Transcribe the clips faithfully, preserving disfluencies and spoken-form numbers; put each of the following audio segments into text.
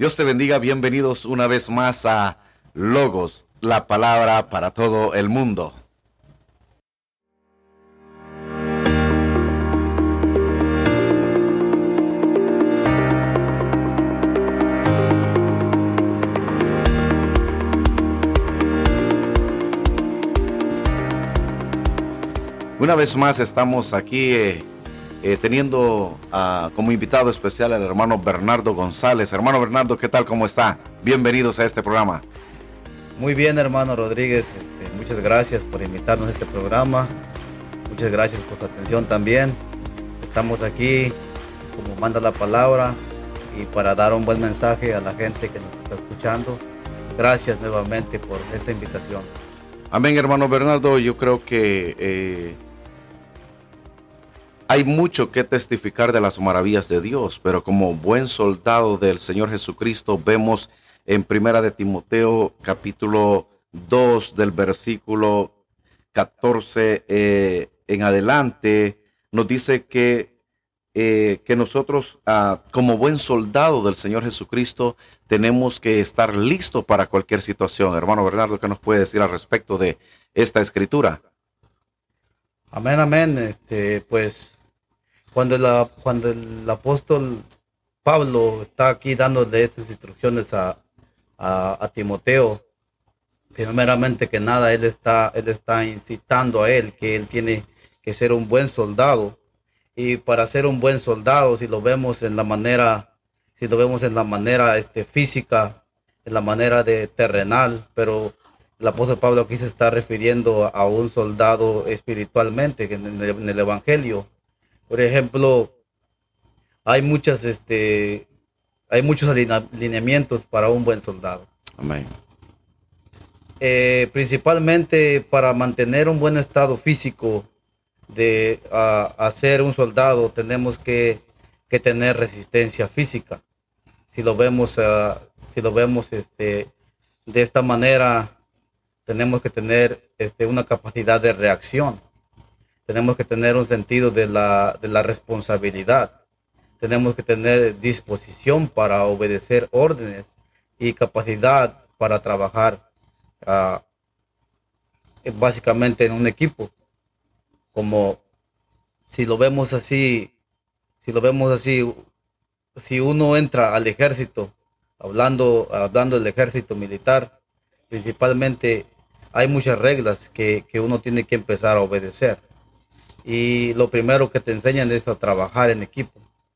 Dios te bendiga, bienvenidos una vez más a Logos, la palabra para todo el mundo. Una vez más estamos aquí eh, eh, teniendo uh, como invitado especial al hermano Bernardo González. Hermano Bernardo, ¿qué tal? ¿Cómo está? Bienvenidos a este programa. Muy bien, hermano Rodríguez. Este, muchas gracias por invitarnos a este programa. Muchas gracias por su atención también. Estamos aquí, como manda la palabra, y para dar un buen mensaje a la gente que nos está escuchando. Gracias nuevamente por esta invitación. Amén, hermano Bernardo. Yo creo que eh, hay mucho que testificar de las maravillas de Dios, pero como buen soldado del Señor Jesucristo vemos en Primera de Timoteo capítulo dos del versículo catorce eh, en adelante, nos dice que, eh, que nosotros uh, como buen soldado del Señor Jesucristo tenemos que estar listos para cualquier situación. Hermano Bernardo, ¿qué nos puede decir al respecto de esta escritura? Amén, amén. Este, pues cuando, la, cuando el apóstol Pablo está aquí dándole estas instrucciones a, a, a Timoteo, primeramente que nada, él está, él está incitando a él que él tiene que ser un buen soldado. Y para ser un buen soldado, si lo vemos en la manera, si lo vemos en la manera este, física, en la manera de terrenal, pero el apóstol Pablo aquí se está refiriendo a un soldado espiritualmente en el, en el evangelio. Por ejemplo, hay muchas, este, hay muchos alineamientos para un buen soldado. Amén. Eh, principalmente para mantener un buen estado físico de uh, a ser un soldado tenemos que, que tener resistencia física. Si lo vemos, uh, si lo vemos este, de esta manera, tenemos que tener este, una capacidad de reacción. Tenemos que tener un sentido de la, de la responsabilidad. Tenemos que tener disposición para obedecer órdenes y capacidad para trabajar uh, básicamente en un equipo. Como si lo vemos así, si lo vemos así, si uno entra al ejército, hablando, hablando del ejército militar, principalmente hay muchas reglas que, que uno tiene que empezar a obedecer. Y lo primero que te enseñan es a trabajar en equipo.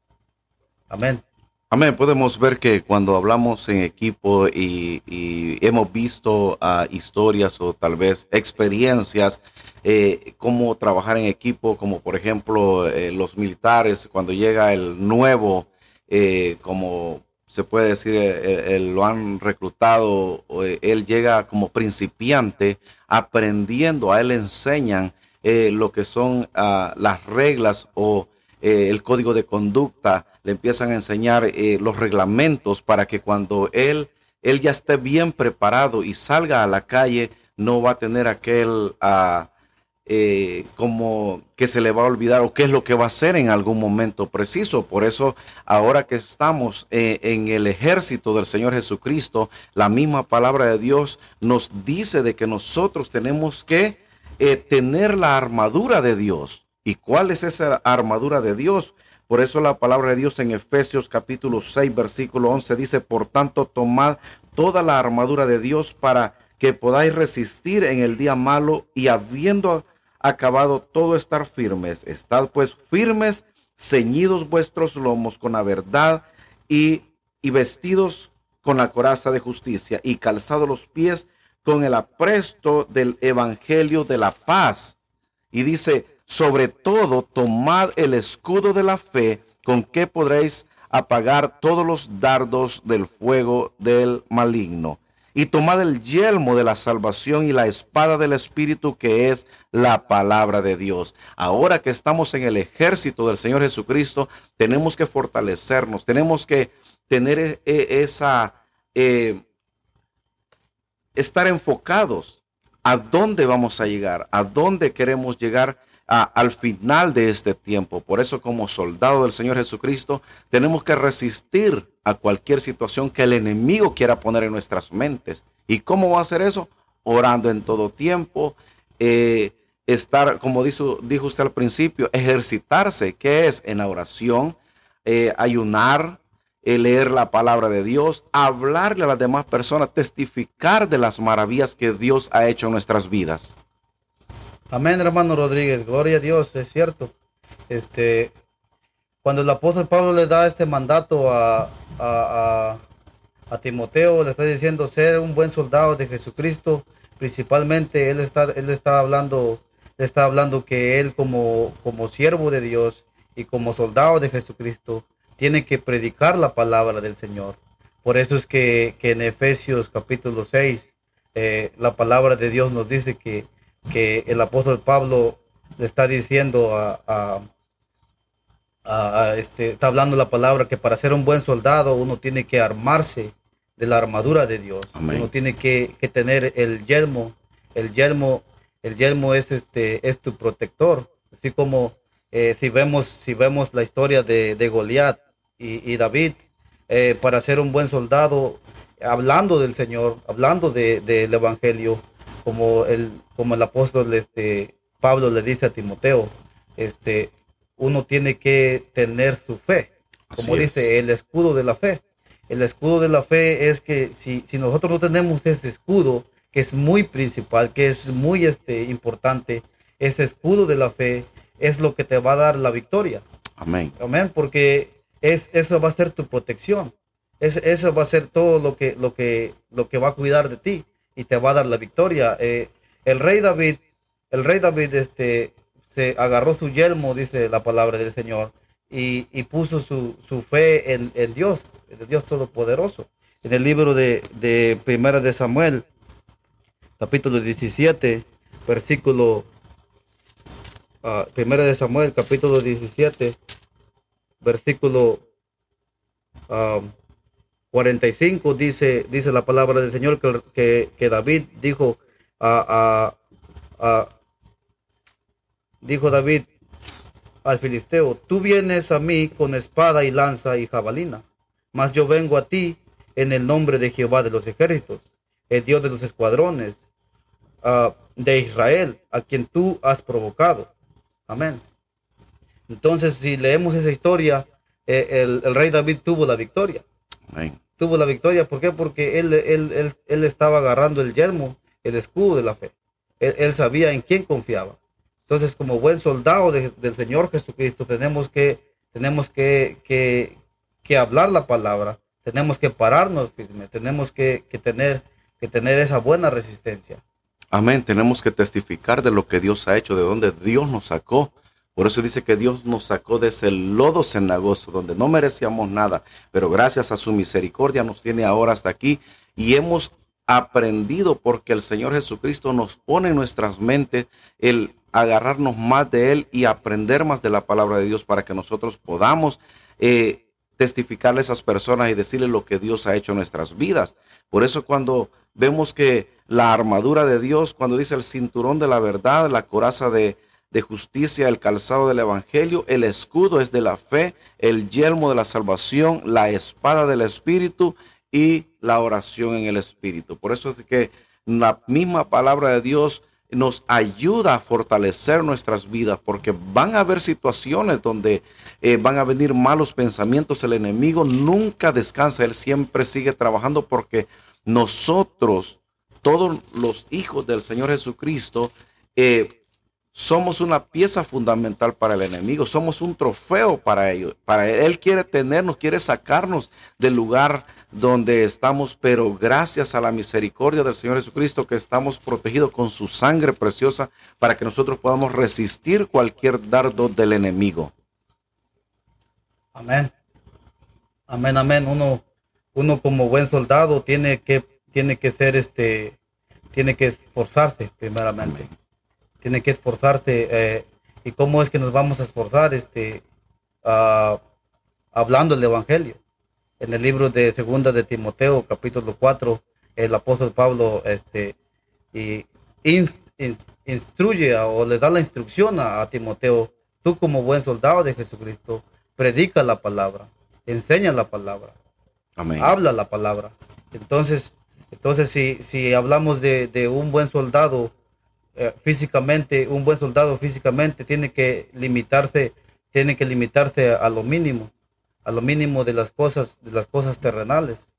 Amén. Amén. Podemos ver que cuando hablamos en equipo y, y hemos visto uh, historias o tal vez experiencias, eh, cómo trabajar en equipo, como por ejemplo eh, los militares, cuando llega el nuevo, eh, como se puede decir, eh, eh, lo han reclutado, eh, él llega como principiante aprendiendo, a él le enseñan eh, lo que son uh, las reglas o eh, el código de conducta. Le empiezan a enseñar eh, los reglamentos para que cuando él, él ya esté bien preparado y salga a la calle, no va a tener aquel uh, eh, como que se le va a olvidar o qué es lo que va a hacer en algún momento preciso. Por eso ahora que estamos eh, en el ejército del Señor Jesucristo, la misma palabra de Dios nos dice de que nosotros tenemos que eh, tener la armadura de Dios. ¿Y cuál es esa armadura de Dios? Por eso la palabra de Dios en Efesios capítulo seis, versículo once dice: por tanto, tomad toda la armadura de Dios para que podáis resistir en el día malo, y habiendo acabado todo, estar firmes. Estad pues firmes, ceñidos vuestros lomos con la verdad, y, y vestidos con la coraza de justicia, y calzados los pies con el apresto del evangelio de la paz. Y dice: sobre todo, tomad el escudo de la fe, con que podréis apagar todos los dardos del fuego del maligno. Y tomad el yelmo de la salvación y la espada del Espíritu, que es la palabra de Dios. Ahora que estamos en el ejército del Señor Jesucristo, tenemos que fortalecernos, tenemos que tener esa, eh, estar enfocados a dónde vamos a llegar, a dónde queremos llegar a, al final de este tiempo. Por eso, como soldado del Señor Jesucristo, tenemos que resistir a cualquier situación que el enemigo quiera poner en nuestras mentes. ¿Y cómo va a hacer eso? Orando en todo tiempo, eh, estar, como dijo, dijo usted al principio, ejercitarse, que es en la oración, eh, ayunar, eh, leer la palabra de Dios, hablarle a las demás personas, testificar de las maravillas que Dios ha hecho en nuestras vidas. Amén, hermano Rodríguez, gloria a Dios, es cierto. Este, cuando el apóstol Pablo le da este mandato a, a, a, a Timoteo, le está diciendo ser un buen soldado de Jesucristo. Principalmente él está, él está hablando, está hablando que él como, como siervo de Dios y como soldado de Jesucristo tiene que predicar la palabra del Señor. Por eso es que, que en Efesios capítulo seis, eh, la palabra de Dios nos dice que que el apóstol Pablo le está diciendo a, a, a, a este, está hablando la palabra que para ser un buen soldado uno tiene que armarse de la armadura de Dios. Amén. Uno tiene que, que tener el yelmo, el yelmo, el yelmo es este, es tu protector. Así como eh, si vemos, si vemos la historia de, de Goliat y, y David, eh, para ser un buen soldado, hablando del Señor, hablando de, del evangelio, como el, como el apóstol este, Pablo le dice a Timoteo, este, uno tiene que tener su fe, como Así dice, es. el escudo de la fe. El escudo de la fe es que si, si nosotros no tenemos ese escudo, que es muy principal, que es muy este, importante, ese escudo de la fe es lo que te va a dar la victoria. Amén. Amén, porque es, eso va a ser tu protección. Es, eso va a ser todo lo que, lo, que, lo que va a cuidar de ti y te va a dar la victoria. Eh, el rey David, el rey David este, se agarró su yelmo, dice la palabra del Señor, y, y puso su, su fe en, en Dios, en el Dios Todopoderoso. En el libro de, de Primera de Samuel, capítulo diecisiete, versículo, uh, Primera de Samuel, capítulo diecisiete, versículo um, cuarenta y cinco, dice, dice la palabra del Señor que, que, que David dijo a, a, a, dijo David al filisteo, tú vienes a mí con espada y lanza y jabalina, mas yo vengo a ti en el nombre de Jehová de los ejércitos, el Dios de los escuadrones uh, de Israel, a quien tú has provocado. Amén. Entonces, si leemos esa historia, eh, el, el rey David tuvo la victoria. Amén. Tuvo la victoria, ¿por qué? Porque él, él, él, él estaba agarrando el yelmo, el escudo de la fe. Él, él sabía en quién confiaba. Entonces, como buen soldado de, del Señor Jesucristo, tenemos que, tenemos que, que, que hablar la palabra, tenemos que pararnos firmes, tenemos que, que, tener, que tener esa buena resistencia. Amén, tenemos que testificar de lo que Dios ha hecho, de donde Dios nos sacó. Por eso dice que Dios nos sacó de ese lodo cenagoso, donde no merecíamos nada, pero gracias a su misericordia nos tiene ahora hasta aquí y hemos aprendido porque el Señor Jesucristo nos pone en nuestras mentes el agarrarnos más de Él y aprender más de la palabra de Dios para que nosotros podamos eh, testificarle a esas personas y decirles lo que Dios ha hecho en nuestras vidas. Por eso cuando vemos que la armadura de Dios, cuando dice el cinturón de la verdad, la coraza de de justicia, el calzado del evangelio, el escudo es de la fe, el yelmo de la salvación, la espada del espíritu y la oración en el espíritu. Por eso es que la misma palabra de Dios nos ayuda a fortalecer nuestras vidas, porque van a haber situaciones donde eh, van a venir malos pensamientos. El enemigo nunca descansa, él siempre sigue trabajando porque nosotros, todos los hijos del Señor Jesucristo, eh, somos una pieza fundamental para el enemigo, somos un trofeo para ellos. Para él, él quiere tenernos, quiere sacarnos del lugar donde estamos, pero gracias a la misericordia del Señor Jesucristo que estamos protegidos con su sangre preciosa para que nosotros podamos resistir cualquier dardo del enemigo. Amén. Amén, amén. Uno, uno como buen soldado tiene que, tiene que ser este, tiene que esforzarse primeramente. Amén. Tiene que esforzarse. Eh, ¿Y cómo es que nos vamos a esforzar? Este, uh, hablando el evangelio. En el libro de Segunda de Timoteo, capítulo cuatro, el apóstol Pablo este, y inst, in, instruye a- o le da la instrucción a, a Timoteo, tú como buen soldado de Jesucristo, predica la palabra, enseña la palabra, Amén. habla la palabra. Entonces, entonces si, si hablamos de, de un buen soldado, eh, físicamente, un buen soldado físicamente tiene que limitarse, tiene que limitarse a lo mínimo, a lo mínimo de las cosas, de las cosas terrenales.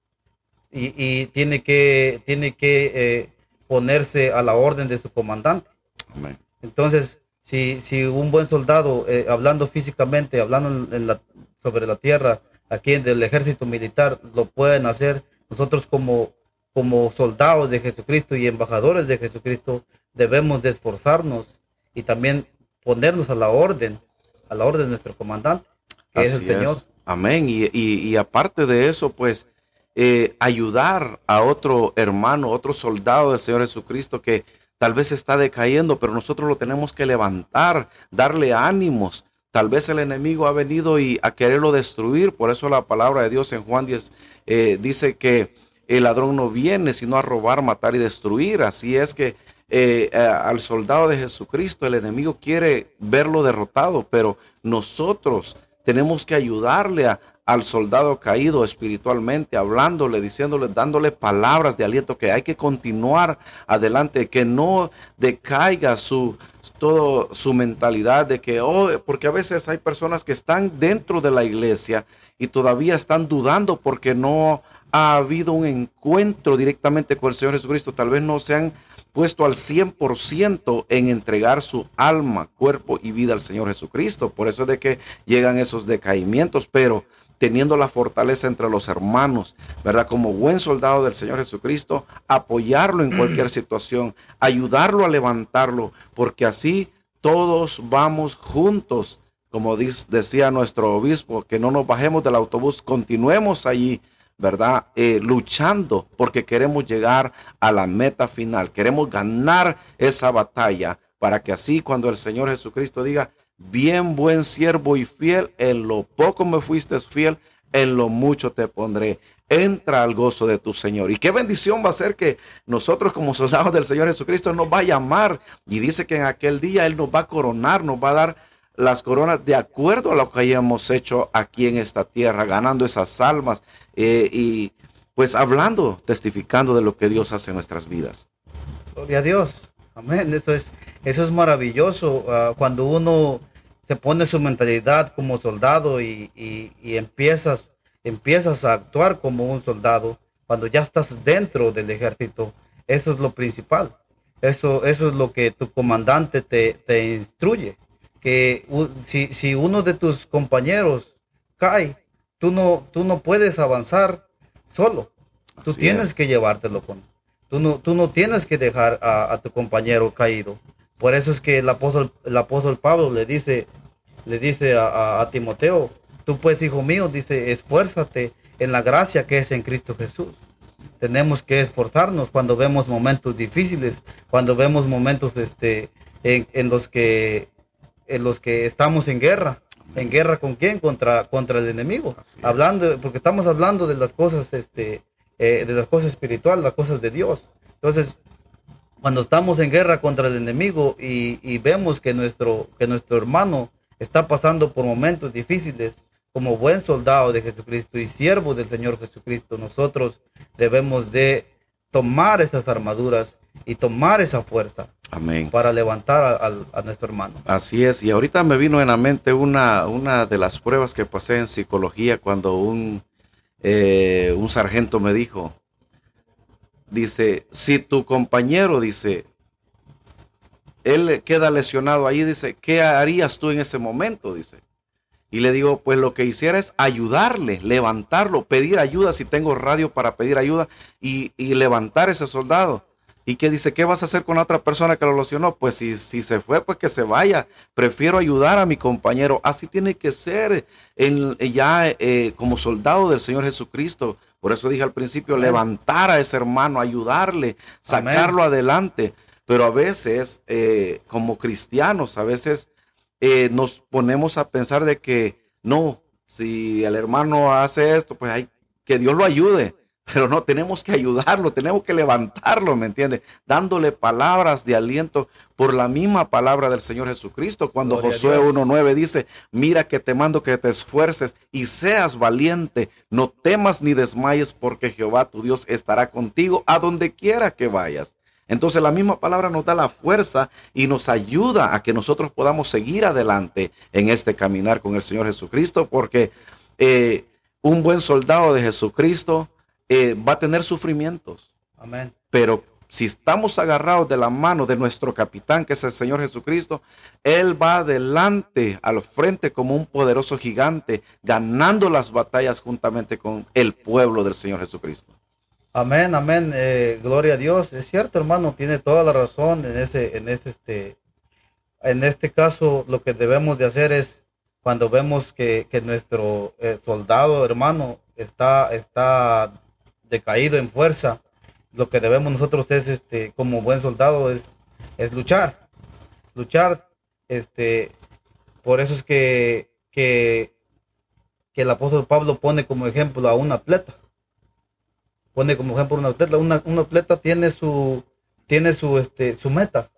Y, y tiene que, tiene que eh, ponerse a la orden de su comandante. Amén. Entonces, si, si un buen soldado, eh, hablando físicamente, hablando en, en la, sobre la tierra, aquí en el ejército militar, lo pueden hacer, nosotros como, como soldados de Jesucristo y embajadores de Jesucristo, debemos de esforzarnos y también ponernos a la orden, a la orden de nuestro comandante, que es el Así Señor. es. Amén. Y, y- y aparte de eso, pues, eh, ayudar a otro hermano, otro soldado del Señor Jesucristo que tal vez está decayendo, pero nosotros lo tenemos que levantar, darle ánimos. Tal vez el enemigo ha venido y a quererlo destruir. Por eso la palabra de Dios en Juan diez eh, dice que el ladrón no viene sino a robar, matar y destruir. Así es que eh, a- al soldado de Jesucristo el enemigo quiere verlo derrotado, pero nosotros tenemos que ayudarle a- al soldado caído espiritualmente, hablándole, diciéndole, dándole palabras de aliento, que hay que continuar adelante, que no decaiga su todo su mentalidad de que, oh, porque a veces hay personas que están dentro de la iglesia y todavía están dudando porque no ha habido un encuentro directamente con el Señor Jesucristo. Tal vez no se han puesto al cien por ciento en entregar su alma, cuerpo y vida al Señor Jesucristo. Por eso es de que llegan esos decaimientos, pero teniendo la fortaleza entre los hermanos, ¿verdad? Como buen soldado del Señor Jesucristo, apoyarlo en cualquier situación, ayudarlo a levantarlo, porque así todos vamos juntos. Como dice, decía nuestro obispo, que no nos bajemos del autobús, continuemos allí, ¿verdad? Eh, luchando porque queremos llegar a la meta final, queremos ganar esa batalla para que así cuando el Señor Jesucristo diga, bien buen siervo y fiel, en lo poco me fuiste fiel, en lo mucho te pondré. Entra al gozo de tu Señor. Y qué bendición va a ser que nosotros como soldados del Señor Jesucristo nos va a llamar. Y dice que en aquel día Él nos va a coronar, nos va a dar las coronas de acuerdo a lo que hayamos hecho aquí en esta tierra, ganando esas almas eh, y pues hablando, testificando de lo que Dios hace en nuestras vidas. Gloria a Dios. Amén. Eso es, eso es maravilloso. Ah, cuando uno se pone su mentalidad como soldado y, y- y empiezas, empiezas a actuar como un soldado, cuando ya estás dentro del ejército, eso es lo principal. Eso, eso es lo que tu comandante te, te instruye. Que u- si, si uno de tus compañeros cae, tú no, tú no puedes avanzar solo. Tú Así tienes es. que llevártelo con. Tú no, tú no tienes que dejar a, a tu compañero caído. Por eso es que el apóstol, el apóstol Pablo le dice, le dice a, a- a Timoteo, tú pues, hijo mío, dice, esfuérzate en la gracia que es en Cristo Jesús. Tenemos que esforzarnos cuando vemos momentos difíciles, cuando vemos momentos este, en, en los que, en los que estamos en guerra. ¿En guerra con quién? Contra, contra el enemigo. Así es. Hablando, porque estamos hablando de las cosas, este, eh, de las cosas espirituales, las cosas de Dios. Entonces, cuando estamos en guerra contra el enemigo y, y vemos que nuestro, que nuestro hermano está pasando por momentos difíciles, como buen soldado de Jesucristo y siervo del Señor Jesucristo, nosotros debemos de tomar esas armaduras y tomar esa fuerza Amén. para levantar a, a- a nuestro hermano. Así es, y ahorita me vino en la mente una, una de las pruebas que pasé en psicología cuando un, eh, un sargento me dijo, dice, si tu compañero, dice, él queda lesionado ahí, dice, ¿qué harías tú en ese momento? Dice. Y le digo, pues lo que hiciera es ayudarle, levantarlo, pedir ayuda si tengo radio para pedir ayuda y, y levantar ese soldado. Y que dice, ¿qué vas a hacer con la otra persona que lo lesionó? Pues si, si se fue, pues que se vaya. Prefiero ayudar a mi compañero. Así tiene que ser en, ya eh, como soldado del Señor Jesucristo. Por eso dije al principio, Amén. levantar a ese hermano, ayudarle, sacarlo Amén. adelante. Pero a veces, eh, como cristianos, a veces eh, nos ponemos a pensar de que no, si el hermano hace esto, pues hay que Dios lo ayude. Pero no, tenemos que ayudarlo, tenemos que levantarlo, ¿me entiende? Dándole palabras de aliento por la misma palabra del Señor Jesucristo. Cuando Gloria a Josué Dios. uno nueve dice, mira que te mando que te esfuerces y seas valiente, no temas ni desmayes, porque Jehová tu Dios estará contigo a donde quiera que vayas. Entonces la misma palabra nos da la fuerza y nos ayuda a que nosotros podamos seguir adelante en este caminar con el Señor Jesucristo, porque eh, un buen soldado de Jesucristo eh, va a tener sufrimientos. Amén. Pero si estamos agarrados de la mano de nuestro capitán, que es el Señor Jesucristo, Él va adelante, al frente como un poderoso gigante, ganando las batallas juntamente con el pueblo del Señor Jesucristo. Amén, amén. Eh, gloria a Dios. Es cierto, hermano, tiene toda la razón en ese, en ese, este, en este caso. Lo que debemos de hacer es cuando vemos que, que nuestro eh, soldado, hermano, está, está decaído en fuerza. Lo que debemos nosotros es, este, como buen soldado, es, es luchar, luchar. Este, por eso es que, que, que el apóstol Pablo pone como ejemplo a un atleta. Pone como ejemplo un atleta. Una, un atleta tiene su, tiene su, este, su meta.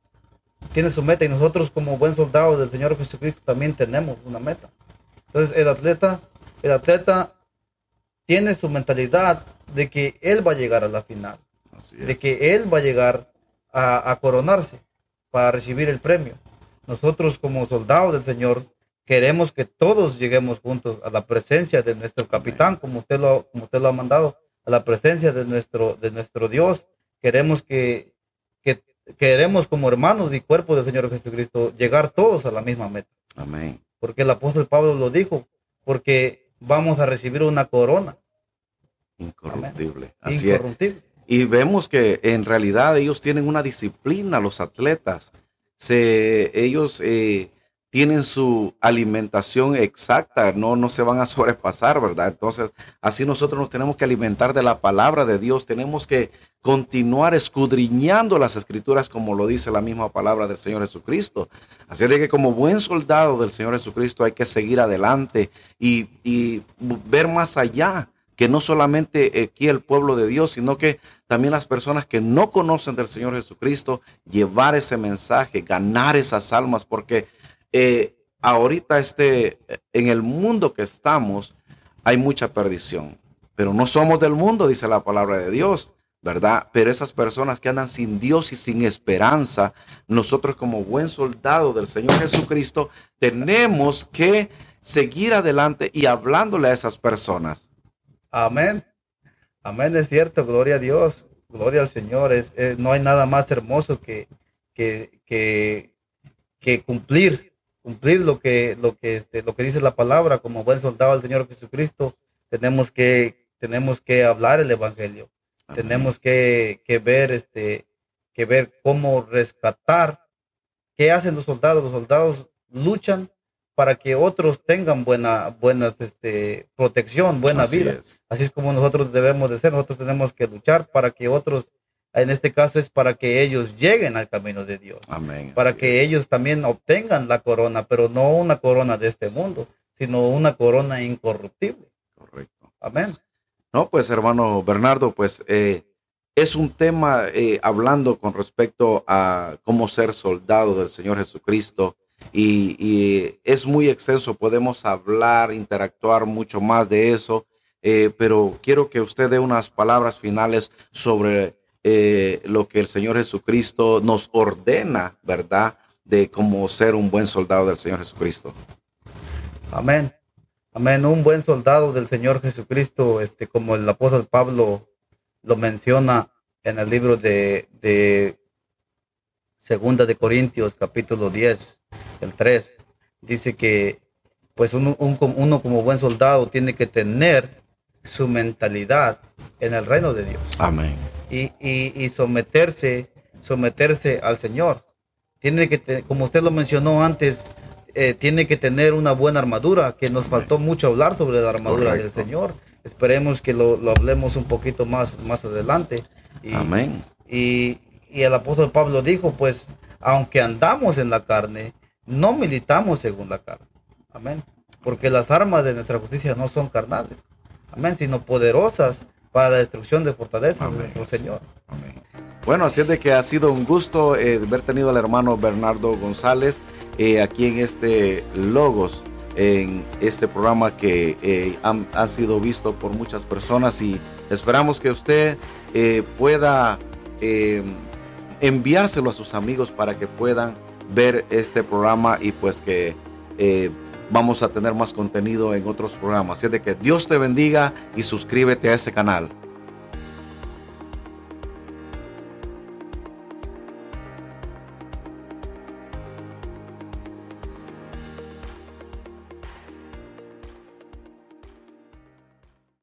Tiene su meta y nosotros como buen soldado del Señor Jesucristo también tenemos una meta. Entonces el atleta, el atleta tiene su mentalidad de que él va a llegar a la final. Así es. De que él va a llegar a, a coronarse para recibir el premio. Nosotros como soldados del Señor queremos que todos lleguemos juntos a la presencia de nuestro capitán, como usted lo, como usted lo ha mandado, a la presencia de nuestro, de nuestro Dios. Queremos que, que queremos como hermanos y cuerpo del Señor Jesucristo llegar todos a la misma meta. Amén. Porque el apóstol Pablo lo dijo, porque vamos a recibir una corona. Incorruptible. Amén. Así Incorruptible. es. Y vemos que en realidad ellos tienen una disciplina, los atletas. Se, ellos eh, tienen su alimentación exacta, no, no se van a sobrepasar, ¿verdad? Entonces, así nosotros nos tenemos que alimentar de la palabra de Dios, tenemos que continuar escudriñando las escrituras como lo dice la misma palabra del Señor Jesucristo. Así de que como buen soldado del Señor Jesucristo hay que seguir adelante y, y ver más allá, que no solamente aquí el pueblo de Dios, sino que también las personas que no conocen del Señor Jesucristo, llevar ese mensaje, ganar esas almas, porque eh, ahorita este, en el mundo que estamos hay mucha perdición, pero no somos del mundo, dice la palabra de Dios, ¿verdad? Pero esas personas que andan sin Dios y sin esperanza, nosotros como buen soldado del Señor Jesucristo, tenemos que seguir adelante y hablándole a esas personas. Amén. Amén, es cierto. Gloria a Dios. Gloria al Señor. Es, es- no hay nada más hermoso que, que, que, que cumplir, cumplir lo que, lo que, este, lo que dice la palabra. Como buen soldado del Señor Jesucristo, tenemos que, tenemos que hablar el evangelio. Amén. Tenemos que, que ver, este, que ver cómo rescatar. ¿Qué hacen los soldados? Los soldados luchan para que otros tengan buena, buenas, este, protección, buena Así vida. es. Así es como nosotros debemos de ser. Nosotros tenemos que luchar para que otros, en este caso es para que ellos lleguen al camino de Dios, Amén. para Así que es. ellos también obtengan la corona, pero no una corona de este mundo, sino una corona incorruptible. Correcto. Amén. No, pues hermano Bernardo, pues eh, es un tema eh, hablando con respecto a cómo ser soldado del Señor Jesucristo y, y es muy extenso, podemos hablar, interactuar mucho más de eso, eh, pero quiero que usted dé unas palabras finales sobre eh, lo que el Señor Jesucristo nos ordena, ¿verdad? De cómo ser un buen soldado del Señor Jesucristo. Amén. Amén. Un buen soldado del Señor Jesucristo, este, como el apóstol Pablo lo menciona en el libro de, de Segunda de Corintios, capítulo diez, el tres, dice que pues uno, un- uno como buen soldado tiene que tener su mentalidad en el reino de Dios Amén. y, y, y someterse, someterse al Señor. Tiene que, te- como usted lo mencionó antes, eh, tiene que tener una buena armadura, que nos Amén. faltó mucho hablar sobre la armadura del Correcto. Señor. Esperemos que lo, lo hablemos un poquito más, más adelante. Y, Amén. y, y el apóstol Pablo dijo, pues, aunque andamos en la carne, no militamos según la carne. Amén. Porque las armas de nuestra justicia no son carnales. Amén. Sino poderosas para la destrucción de fortalezas de Amén. nuestro Señor. Amén. Bueno, así es de que ha sido un gusto eh, haber tenido al hermano Bernardo González eh, aquí en este Logos, en este programa que eh, han, ha sido visto por muchas personas, y esperamos que usted eh, pueda eh, enviárselo a sus amigos para que puedan ver este programa, y pues que eh, vamos a tener más contenido en otros programas. Así es de que Dios te bendiga y suscríbete a ese canal.